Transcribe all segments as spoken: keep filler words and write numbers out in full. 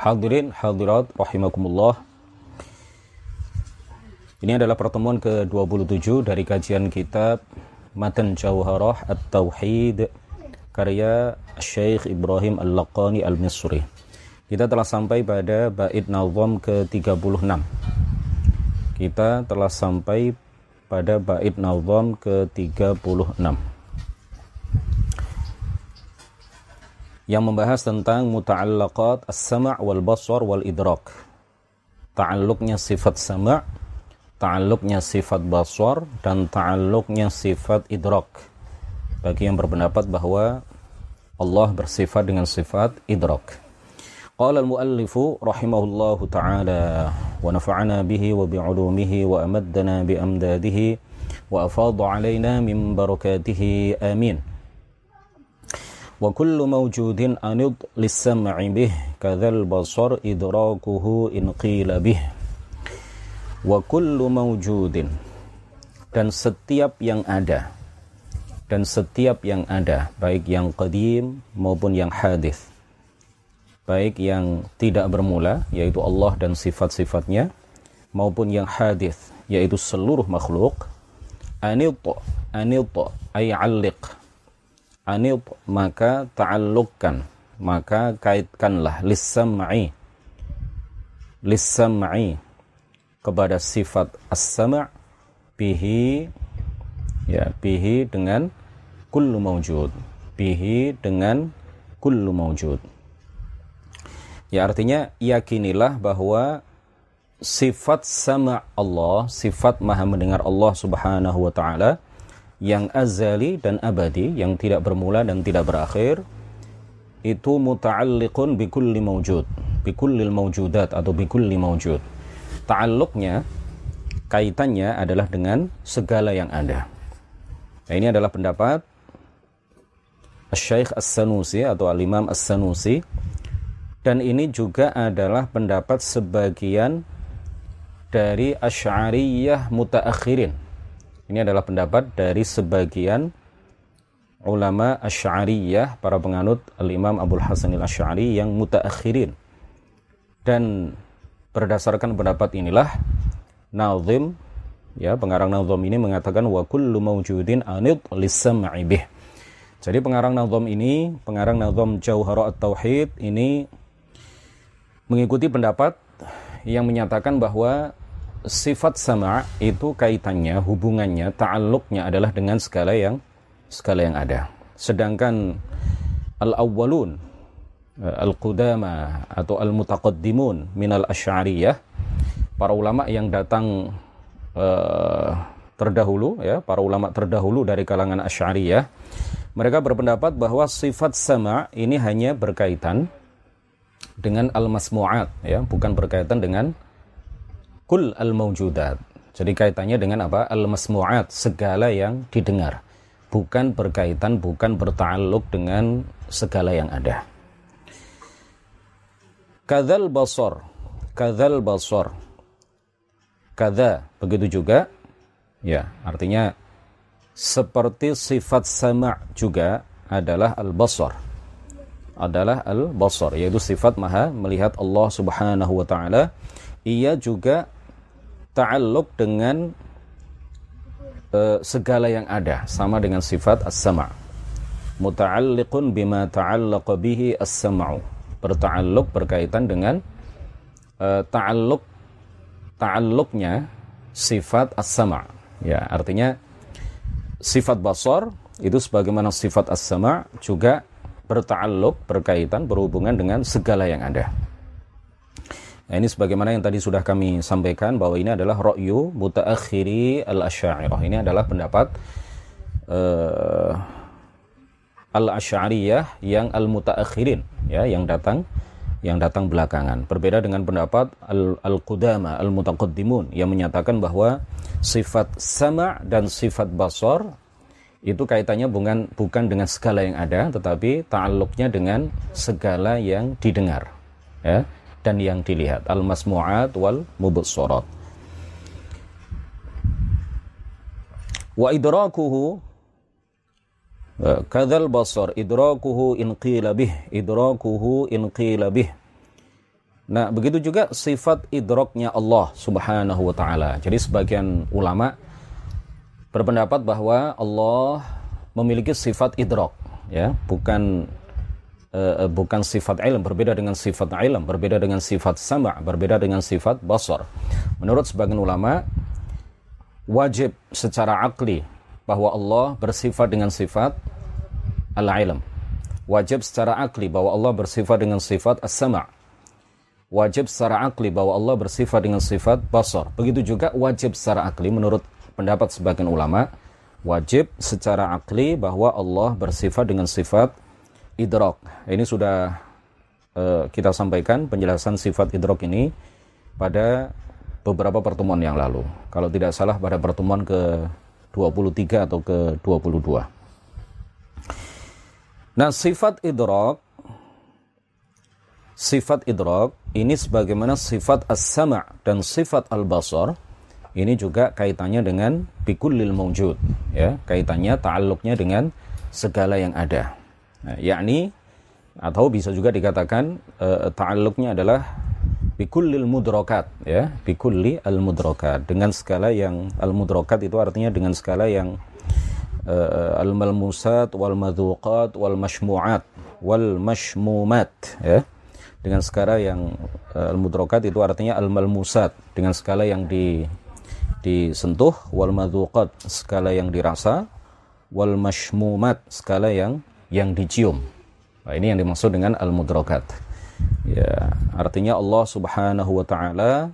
Hadirin hadirat rahimakumullah. Ini adalah pertemuan ke dua puluh tujuh dari kajian kitab Matan Jawharah At-Tauhid karya Syekh Ibrahim Al-Laqani Al-Misri. Kita telah sampai pada bait nazam ke tiga puluh enam. Kita telah sampai pada bait nazam ke tiga puluh enam. Yang membahas tentang muta'allaqat as-sama' wal basar wal idrak. Ta'alluqnya sifat sama', ta'alluqnya sifat basar, dan ta'alluqnya sifat idrak. Bagi yang berpendapat bahwa Allah bersifat dengan sifat idrak. Qala al-muallifu rahimahullahu ta'ala wa nafa'ana bihi wa bi'ulumihi wa amaddana bi amdadihi wa afadha alaina min barakatihi amin. Wa kullu mawjudin anid lis-sam'i bih kadzal basar idrakuhu in qila bih. Wa kullu mawjudin, dan setiap yang ada, dan setiap yang ada, baik yang qadim maupun yang hadis, baik yang tidak bermula yaitu Allah dan sifat-sifatnya, maupun yang hadis yaitu seluruh makhluk, anid anid ay 'alliq, anid maka ta'alluqkan, maka kaitkanlah lis-sam'i, lis-sam'i kepada sifat as-sama' bihi, ya, bihi dengan kullu mawjud, bihi dengan kullu mawjud. Ya, artinya yakinilah bahwa sifat sama' Allah, sifat maha mendengar Allah subhanahu wa ta'ala, yang azali dan abadi, yang tidak bermula dan tidak berakhir, itu muta'alliqun bikulli mawjud, bikullil mawjudat atau bikulli mawjud. Ta'alluqnya, kaitannya adalah dengan segala yang ada. Nah, ini adalah pendapat Syekh As-Sanusi atau Al-Imam As-Sanusi, dan ini juga adalah pendapat sebagian dari Asy'ariyah mutaakhirin. Ini adalah pendapat dari sebagian ulama Asy'ariyah, para penganut Al-Imam Abul Hasan Al-Asy'ari yang mutaakhirin. Dan berdasarkan pendapat inilah nazim, ya, pengarang nazim ini mengatakan wa kullu mawjudin anid lis-sam'i bih. Jadi pengarang nazim ini, pengarang nazim Jawharah At-Tauhid ini mengikuti pendapat yang menyatakan bahwa sifat sama' itu kaitannya, hubungannya, ta'alluqnya adalah dengan segala yang segala yang ada. Sedangkan al-awwalun, al-qudama atau al-mutaqaddimun minal asy'ariyah, para ulama yang datang uh, terdahulu, ya, para ulama terdahulu dari kalangan asy'ariyah, mereka berpendapat bahwa sifat sama' ini hanya berkaitan dengan al-masmu'at, ya, bukan berkaitan dengan kul al-mawjudat. Jadi kaitannya dengan apa? Al-masmu'at, segala yang didengar. Bukan berkaitan, bukan berta'alluq dengan segala yang ada. Kadzal basar, kadzal basar. Kadza, begitu juga, ya, artinya seperti sifat sama' juga adalah al-basar. Adalah al-basar, yaitu sifat maha melihat Allah subhanahu wa ta'ala. Ia juga ta'alluq dengan uh, segala yang ada, sama dengan sifat as-sama'. Muta'alliqun bima ta'allaqa bihi as-sama'u. Berta'alluq, berkaitan dengan uh, ta'alluq, ta'alluqnya sifat as-sama'. Ya, artinya sifat basar itu sebagaimana sifat as-sama' juga berta'alluq, berkaitan, berhubungan dengan segala yang ada. Nah, ini sebagaimana yang tadi sudah kami sampaikan bahwa ini adalah ra'yu mutaakhiri al-asy'ariyah. Ini adalah pendapat uh, al-asy'ariyah yang al-mutaakhirin, ya, yang datang yang datang belakangan. Berbeda dengan pendapat al-qudama, al-mutaqaddimun, yang menyatakan bahwa sifat sama' dan sifat basar itu kaitannya bukan bukan dengan segala yang ada, tetapi ta'alluqnya dengan segala yang didengar, ya, dan yang dilihat, al-masmu'at wal mubassarat. Wa idrakuhu kadzal basar idrakuhu in qila bih, idrakuhu in qila bih. Nah, begitu juga sifat idraknya Allah Subhanahu wa taala. Jadi sebagian ulama berpendapat bahwa Allah memiliki sifat idrak, ya, bukan uh, bukan sifat ilm, berbeda dengan sifat ilm, berbeda dengan sifat sama', berbeda dengan sifat basar. Menurut sebagian ulama, wajib secara akli bahwa Allah bersifat dengan sifat al-ilm. Wajib secara akli bahwa Allah bersifat dengan sifat as-sama'. Wajib secara akli bahwa Allah bersifat dengan sifat basar. Begitu juga wajib secara akli menurut pendapat sebagian ulama, wajib secara akli bahwa Allah bersifat dengan sifat idrak. Ini sudah uh, kita sampaikan penjelasan sifat idrak ini pada beberapa pertemuan yang lalu. Kalau tidak salah pada pertemuan ke dua puluh tiga atau ke dua puluh dua. Nah, sifat idrak Sifat idrak ini sebagaimana sifat as-sama' dan sifat al-basar ini juga kaitannya dengan bikullil mawjud, ya, kaitannya ta'alluqnya dengan segala yang ada. Nah, yakni atau bisa juga dikatakan uh, ta'alluqnya adalah bikullil mudrakat, ya, bikulli al-mudrakat, dengan segala yang al-mudrakat itu artinya dengan segala yang uh, al-malmusat wal madzuqat wal mashmu'at wal mashmumat, ya. Dengan skala yang uh, al-mudrakat itu artinya al-malmusat, dengan skala yang di disentuh, wal madzuqat skala yang dirasa, wal mashmumat skala yang yang dicium. Nah, ini yang dimaksud dengan al-mudrakat. Ya, artinya Allah Subhanahu wa taala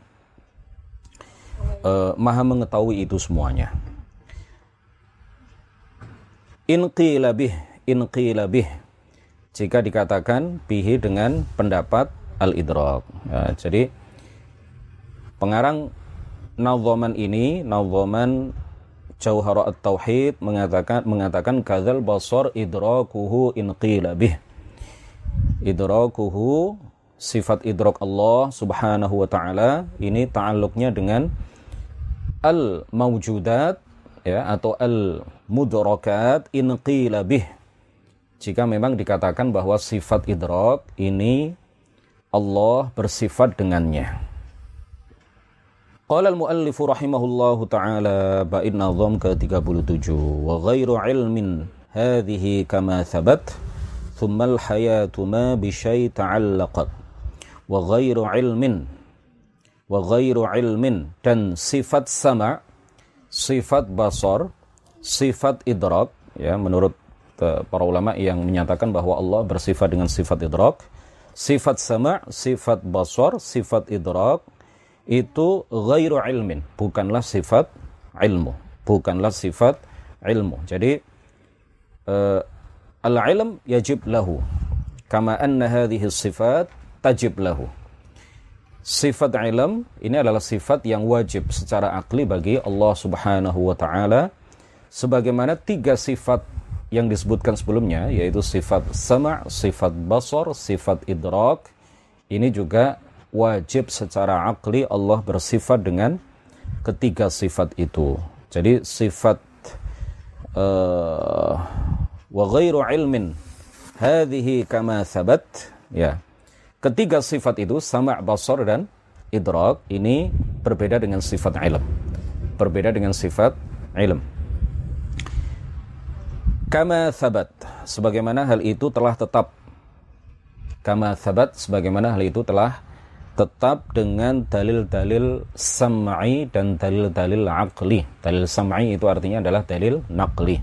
uh, Maha mengetahui itu semuanya. In qila bih, in qila bih, jika dikatakan bihi dengan pendapat al-idrak. Ya, jadi pengarang nadhaman ini, nadhaman Jauhara at-Tauhid, mengatakan mengatakan kadzal basar idrakuhu in qila bih. Idrakuhu, sifat idrak Allah Subhanahu wa taala ini ta'alluqnya dengan al-mawjudat, ya, atau al-mudrakat in qila bih. Jika memang dikatakan bahwa sifat idrak ini Allah bersifat dengannya. Qala al-muallifu rahimahullahu ta'ala, bait nazam ke tiga puluh tujuh, wa ghairu ilmin hadhihi kama thabat thumma al-hayatu ma bi syai' ta'allaqat, wa ghairu ilmin, wa ghairu ilmin, dan sifat sama', sifat basar, sifat idrak, ya, menurut para ulama yang menyatakan bahwa Allah bersifat dengan sifat idrak, sifat sama', sifat basar, sifat idrak itu ghairu ilmin, bukanlah sifat ilmu, bukanlah sifat ilmu. Jadi uh, al-ilm yajib lahu kama anna hadhihi sifat tajib lahu. Sifat ilm ini adalah sifat yang wajib secara akli bagi Allah Subhanahu wa taala, sebagaimana tiga sifat yang disebutkan sebelumnya, yaitu sifat sama', sifat basar, sifat idrak, ini juga wajib secara akli Allah bersifat dengan ketiga sifat itu. Jadi sifat uh, wa ghairu ilmin hadhihi kama thabat, ya, ketiga sifat itu sama', basar, dan idrak ini berbeda dengan sifat ilm, berbeda dengan sifat ilm. Kama thabat, sebagaimana hal itu telah tetap. Kama thabat, sebagaimana hal itu telah tetap dengan dalil-dalil sam'i dan dalil-dalil aqli. Dalil sam'i itu artinya adalah dalil naqli.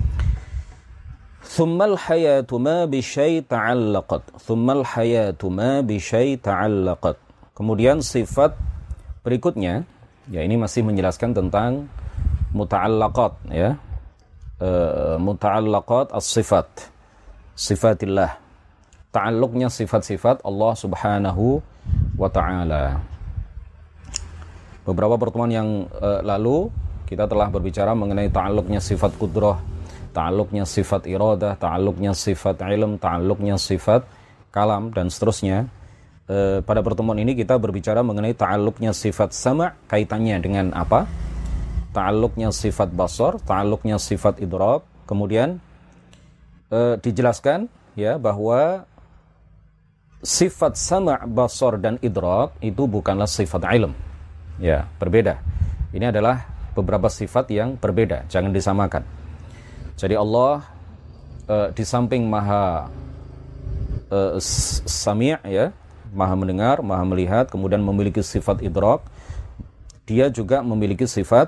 Thummal hayatu ma bi syai' ta'allaqat. Thummal hayatu ma bi syai' ta'allaqat. Kemudian sifat berikutnya, ya, ini masih menjelaskan tentang muta'allaqat, ya. Uh, muta'allaqat as-sifat, sifatillah, ta'alluqnya sifat-sifat Allah Subhanahu wa ta'ala. Beberapa pertemuan yang uh, lalu kita telah berbicara mengenai ta'alluqnya sifat qudrah, ta'alluqnya sifat iradah, ta'alluqnya sifat ilm, ta'alluqnya sifat kalam, dan seterusnya. Uh, pada pertemuan ini kita berbicara mengenai ta'alluqnya sifat sama', kaitannya dengan apa? Ta'alluqnya sifat basar, ta'alluqnya sifat idrak. Kemudian e, dijelaskan, ya, bahwa sifat sama', basar dan idrak itu bukanlah sifat ilm. Ya, berbeda. Ini adalah beberapa sifat yang berbeda, jangan disamakan. Jadi Allah uh, di samping maha uh, sami' ya, maha mendengar, maha melihat, kemudian memiliki sifat idrak, dia juga memiliki sifat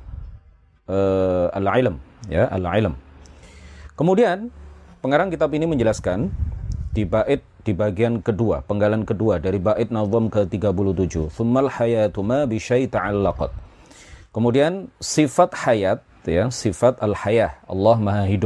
uh, al-ilm, ya, al-ilm. Kemudian pengarang kitab ini menjelaskan di bait di bagian kedua, penggalan kedua dari bait nazam ke tiga puluh tujuh. Tsummal hayatu ma bi syai' ta'allaqat. Kemudian sifat hayat ya, sifat al-hayah, Allah Maha hidup.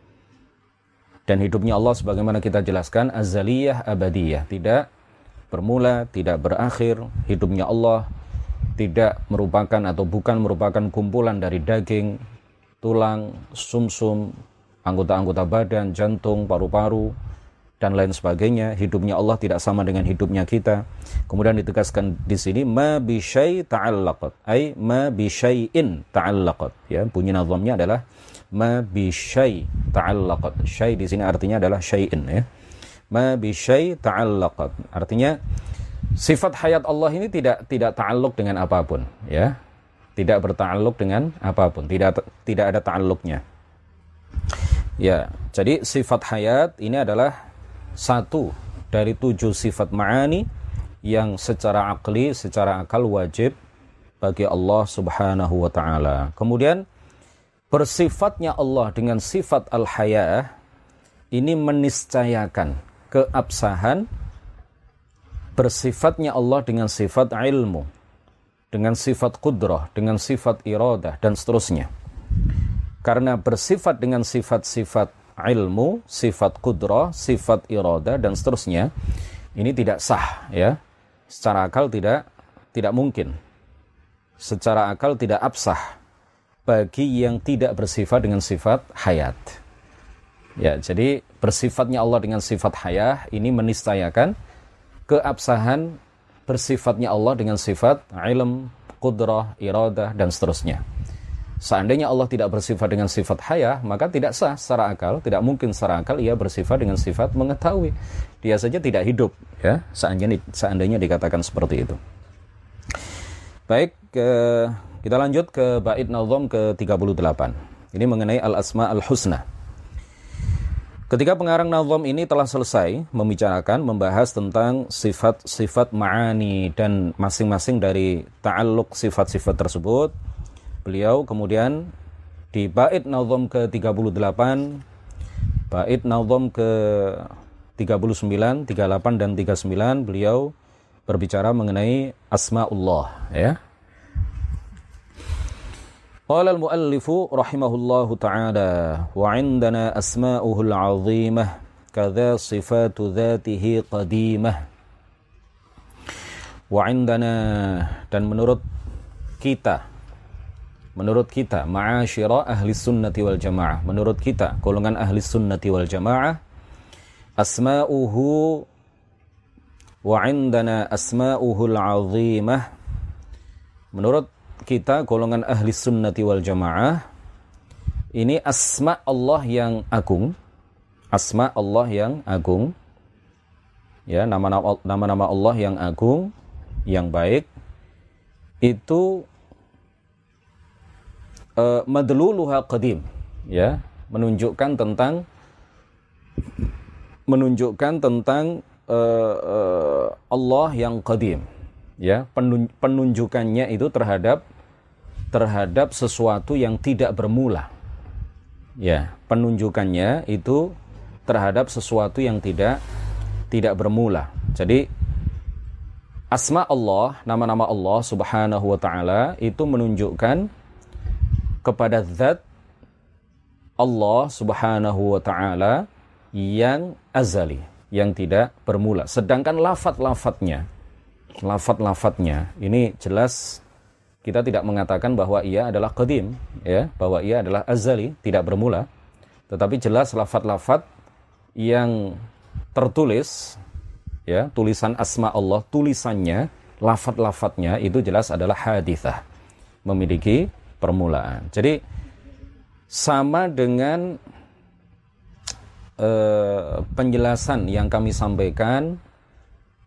Dan hidupnya Allah sebagaimana kita jelaskan azaliyah abadiyah, tidak bermula, tidak berakhir. Hidupnya Allah tidak merupakan atau bukan merupakan kumpulan dari daging, tulang, sumsum, anggota-anggota badan, jantung, paru-paru, dan lain sebagainya. Hidupnya Allah tidak sama dengan hidupnya kita. Kemudian ditegaskan di sini ma bi syai' ta'allaqat, ai ma bi syai'in ta'allaqat. Ya, bunyi nazamnya adalah ma bi syai' ta'allaqat. Syai' di sini artinya adalah syai'in ya. Ma bi syai' ta'allaqat. Artinya sifat hayat Allah ini tidak tidak ta'alluq dengan apapun ya. Tidak berta'alluq dengan apapun, tidak tidak ada ta'alluqnya. Ya, jadi sifat hayat ini adalah satu dari tujuh sifat ma'ani yang secara akli, secara akal wajib bagi Allah subhanahu wa ta'ala. Kemudian bersifatnya Allah dengan sifat al-hayah ini meniscayakan keabsahan bersifatnya Allah dengan sifat ilmu, dengan sifat qudrah, dengan sifat iradah, dan seterusnya. Karena bersifat dengan sifat-sifat ilmu, sifat qudrah, sifat iradah, dan seterusnya, ini tidak sah ya. Secara akal tidak tidak mungkin. Secara akal tidak absah bagi yang tidak bersifat dengan sifat hayat. Ya, jadi bersifatnya Allah dengan sifat hayah ini meniscayakan keabsahan bersifatnya Allah dengan sifat ilm, qudrah, iradah, dan seterusnya. Seandainya Allah tidak bersifat dengan sifat hayah, maka tidak sah secara akal, tidak mungkin secara akal ia bersifat dengan sifat mengetahui. Dia saja tidak hidup, ya. Seandainya, seandainya dikatakan seperti itu. Baik, ke, kita lanjut ke bait nazam ke tiga puluh delapan. Ini mengenai al-asma al-husna. Ketika pengarang nazam ini telah selesai membicarakan, membahas tentang sifat-sifat ma'ani dan masing-masing dari ta'alluq sifat-sifat tersebut, beliau kemudian di bait nazam ke tiga puluh delapan, bait nazam ke tiga puluh sembilan, tiga puluh delapan dan tiga puluh sembilan, beliau berbicara mengenai asma'ullah ya. Qala al-muallifu rahimahullahu ta'ala wa 'indana asma'uhul 'azimah kadza sifatu dzatihi qadimah. Wa 'indana, dan menurut kita, menurut kita ma'asyira ahli sunnati wal jamaah, menurut kita golongan ahli sunnati wal jamaah, asma'uhu wa 'indana asma'uhul 'azimah, menurut kita golongan ahli sunnati wal jamaah, ini asma Allah yang agung, asma Allah yang agung ya, nama-nama nama-nama Allah yang agung, yang baik, itu uh, madluluha qadim ya, menunjukkan tentang menunjukkan tentang uh, uh, Allah yang qadim ya, penun, penunjukannya itu terhadap terhadap sesuatu yang tidak bermula ya, penunjukannya itu terhadap sesuatu yang tidak tidak bermula. Jadi asma Allah, nama-nama Allah subhanahu wa ta'ala itu menunjukkan kepada zat Allah subhanahu wa ta'ala yang azali, yang tidak bermula. Sedangkan lafaz-lafaznya lafaz-lafaznya ini jelas kita tidak mengatakan bahwa ia adalah qadim ya, bahwa ia adalah azali, tidak bermula, tetapi jelas lafaz-lafaz yang tertulis ya, tulisan asma Allah, tulisannya, lafaz-lafaznya itu jelas adalah hadithah, memiliki permulaan. Jadi sama dengan uh, penjelasan yang kami sampaikan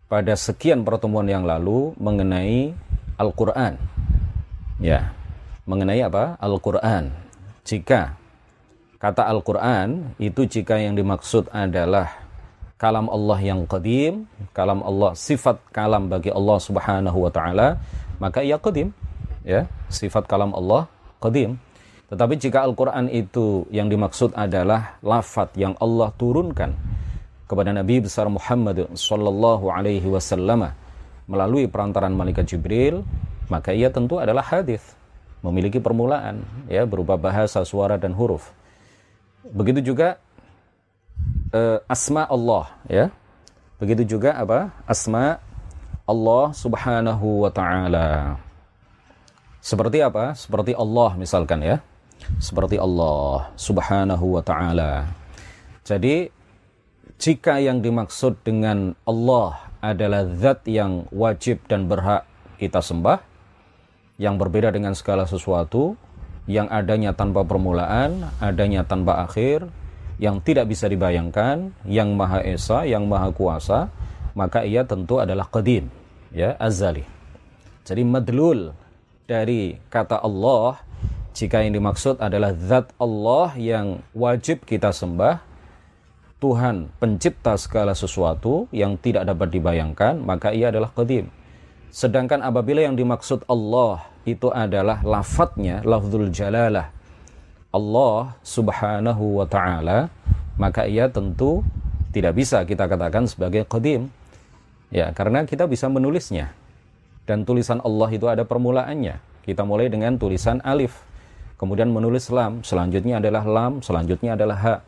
pada sekian pertemuan yang lalu mengenai Al-Quran. Ya, mengenai apa? Al-Quran. Jika kata Al-Quran itu jika yang dimaksud adalah kalam Allah yang qadim, kalam Allah, sifat kalam bagi Allah Subhanahu wa taala, maka ia qadim, ya, sifat kalam Allah qadim. Tetapi jika Al-Quran itu yang dimaksud adalah lafaz yang Allah turunkan kepada Nabi besar Muhammad sallallahu alaihi wasallam melalui perantaran malaikat Jibril, maka ia tentu adalah hadis, memiliki permulaan, ya, berupa bahasa, suara dan huruf. Begitu juga Uh, asma Allah, ya. Begitu juga apa? Asma Allah Subhanahu wa taala. Seperti apa? Seperti Allah misalkan, ya. Seperti Allah Subhanahu wa taala. Jadi jika yang dimaksud dengan Allah adalah zat yang wajib dan berhak kita sembah, yang berbeda dengan segala sesuatu, yang adanya tanpa permulaan, adanya tanpa akhir, yang tidak bisa dibayangkan, yang Maha Esa, yang Maha Kuasa, maka ia tentu adalah qadim, ya, azali. Jadi madlul dari kata Allah, jika yang dimaksud adalah zat Allah yang wajib kita sembah, Tuhan pencipta segala sesuatu yang tidak dapat dibayangkan, maka ia adalah qadim. Sedangkan apabila yang dimaksud Allah itu adalah lafadznya, lafzul jalalah, Allah Subhanahu wa ta'ala, maka ia tentu tidak bisa kita katakan sebagai qadim, ya, karena kita bisa menulisnya, dan tulisan Allah itu ada permulaannya. Kita mulai dengan tulisan alif, kemudian menulis lam, selanjutnya adalah lam, selanjutnya adalah ha,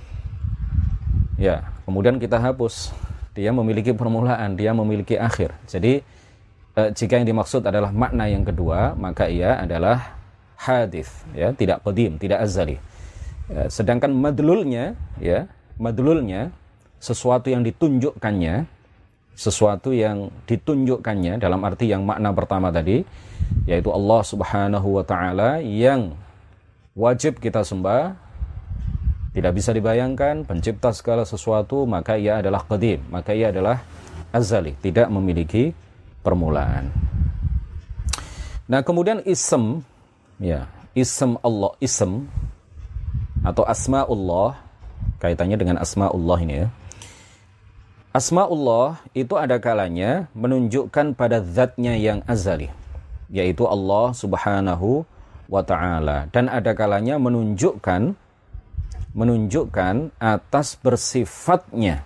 ya, kemudian kita hapus. Dia memiliki permulaan, dia memiliki akhir. Jadi eh, jika yang dimaksud adalah makna yang kedua, maka ia adalah hadis, ya, tidak qadim, tidak azali. Ya, sedangkan madlulnya, ya, madlulnya sesuatu yang ditunjukkannya, sesuatu yang ditunjukkannya dalam arti yang makna pertama tadi, yaitu Allah Subhanahu wa taala yang wajib kita sembah, tidak bisa dibayangkan, pencipta segala sesuatu, maka ia adalah qadim, maka ia adalah azali, tidak memiliki permulaan. Nah, kemudian ism, ya, ism Allah, ism atau asma'ullah, kaitannya dengan asma'ullah ini, ya. Asma'ullah itu ada kalanya menunjukkan pada zatnya yang azali, yaitu Allah Subhanahu wa ta'ala, dan ada kalanya menunjukkan menunjukkan atas bersifatnya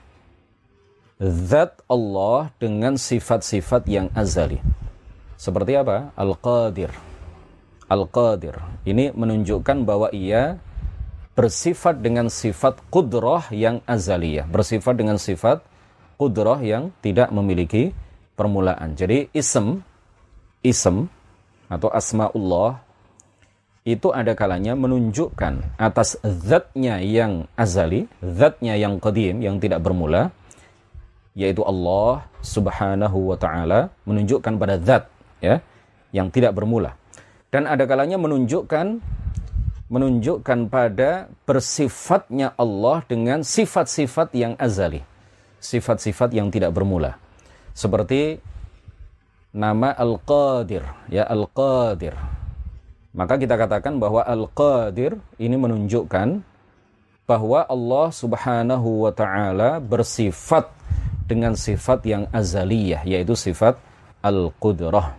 zat Allah dengan sifat-sifat yang azali. Seperti apa? Al-Qadir. Al-Qadir ini menunjukkan bahwa ia bersifat dengan sifat qudrah yang azaliyah, bersifat dengan sifat qudrah yang tidak memiliki permulaan. Jadi ism, ism atau asma'ullah itu ada kalanya menunjukkan atas zatnya yang azali, zatnya yang qadim, yang tidak bermula, yaitu Allah Subhanahu wa ta'ala, menunjukkan pada zat, ya, yang tidak bermula. Dan ada kalanya menunjukkan menunjukkan pada bersifatnya Allah dengan sifat-sifat yang azali, sifat-sifat yang tidak bermula. Seperti nama Al-Qadir, ya, Al-Qadir. Maka kita katakan bahwa Al-Qadir ini menunjukkan bahwa Allah Subhanahu wa ta'ala bersifat dengan sifat yang azaliyah, yaitu sifat Al-Qudrah.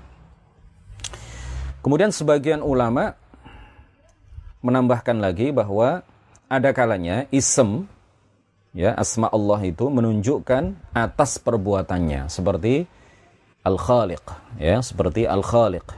Kemudian sebagian ulama menambahkan lagi bahwa ada kalanya ism, ya, asma Allah itu menunjukkan atas perbuatannya, seperti Al-Khaliq, ya, seperti Al-Khaliq,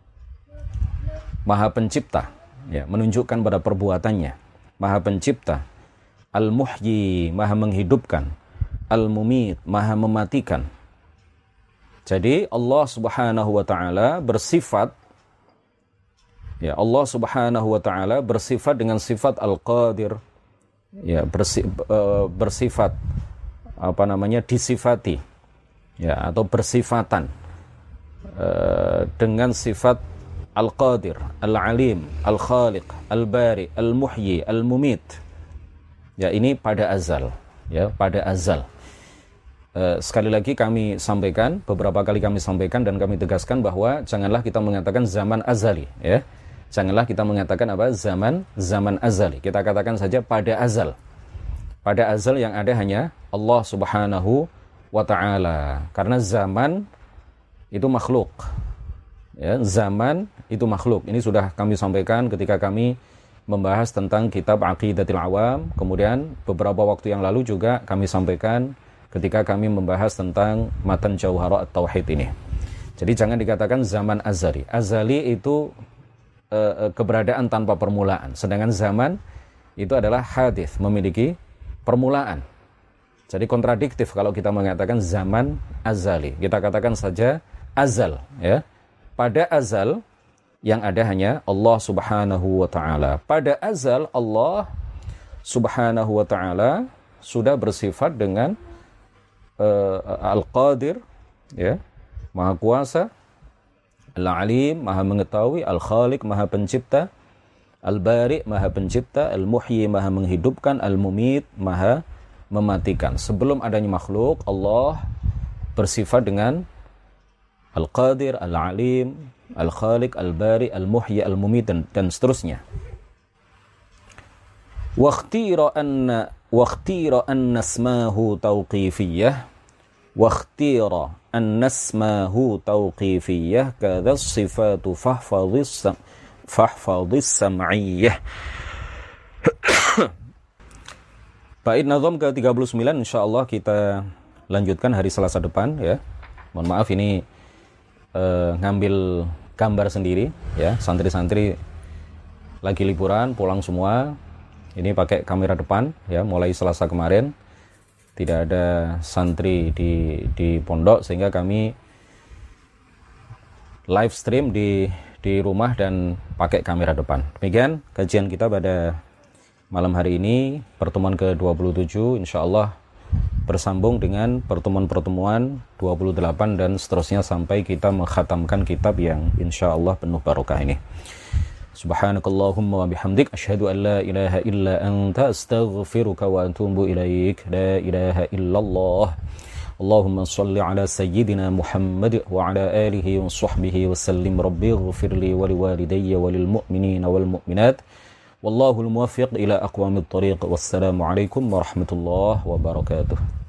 Maha Pencipta, ya, menunjukkan pada perbuatannya, Maha Pencipta. Al-Muhyi, Maha menghidupkan. Al-Mumit, Maha mematikan. Jadi Allah Subhanahu wa ta'ala bersifat, ya, Allah Subhanahu wa ta'ala bersifat dengan sifat Al-Qadir, ya, bersi, uh, bersifat apa namanya disifati, ya, atau bersifatan uh, dengan sifat Al-Qadir, Al-Alim, Al-Khaliq, Al-Bari, Al-Muhyi, Al-Mumit. Ya, ini pada azal, ya, pada azal. Uh, sekali lagi kami sampaikan, beberapa kali kami sampaikan dan kami tegaskan bahwa janganlah kita mengatakan zaman azali, ya. Janganlah kita mengatakan apa? Zaman zaman azali. Kita katakan saja pada azal. Pada azal yang ada hanya Allah Subhanahu wa ta'ala. Karena zaman itu makhluk. Ya, zaman itu makhluk. Ini sudah kami sampaikan ketika kami membahas tentang kitab Aqidatul Awam. Kemudian beberapa waktu yang lalu juga kami sampaikan ketika kami membahas tentang matan Jauhara At-Tauhid ini. Jadi jangan dikatakan zaman azali. Azali itu e, keberadaan tanpa permulaan. Sedangkan zaman itu adalah hadits, memiliki permulaan. Jadi kontradiktif kalau kita mengatakan zaman azali. Kita katakan saja azal, ya. Pada azal yang ada hanya Allah Subhanahu wa ta'ala. Pada azal Allah Subhanahu wa ta'ala sudah bersifat dengan Uh, Al-Qadir, ya, Maha Kuasa, Al-Alim, Maha Mengetahui, Al-Khaliq, Maha Pencipta, Al-Bari, Maha Pencipta, Al-Muhyi, Maha Menghidupkan, Al-Mumit, Maha Mematikan. Sebelum adanya makhluk, Allah bersifat dengan Al-Qadir, Al-Alim, Al-Khaliq, Al-Bari, Al-Muhyi, Al-Mumit, dan, dan seterusnya. Waqtira anna waqtira anna ismahu tauqifiyah waqtira anna ismahu tauqifiyah kadha sifatu fahfadhis fahfadhis sam'iyyah. Bait nazam ke tiga puluh sembilan insyaallah kita lanjutkan hari Selasa depan, ya. Mohon maaf ini eh, ngambil gambar sendiri, ya. Santri-santri lagi liburan pulang semua. Ini pakai kamera depan, ya, mulai Selasa kemarin tidak ada santri di di pondok sehingga kami live stream di di rumah dan pakai kamera depan. Demikian kajian kita pada malam hari ini, pertemuan ke dua puluh tujuh, insyaallah bersambung dengan pertemuan-pertemuan dua puluh delapan dan seterusnya sampai kita mengkhatamkan kitab yang insyaallah penuh barokah ini. Subhanakallahumma wa bihamdik asyhadu an la ilaha illa anta astaghfiruka wa atubu ilaik. La ilaha illallah. Allahumma shalli ala sayyidina Muhammad wa ala alihi wa sahbihi wa sallim. Rabbi ighfir li wa liwalidayya wa lil mu'minina wal mu'minat. Wallahu al-muwaffiq ila aqwamit thariq. Wassalamu alaikum warahmatullahi wabarakatuh.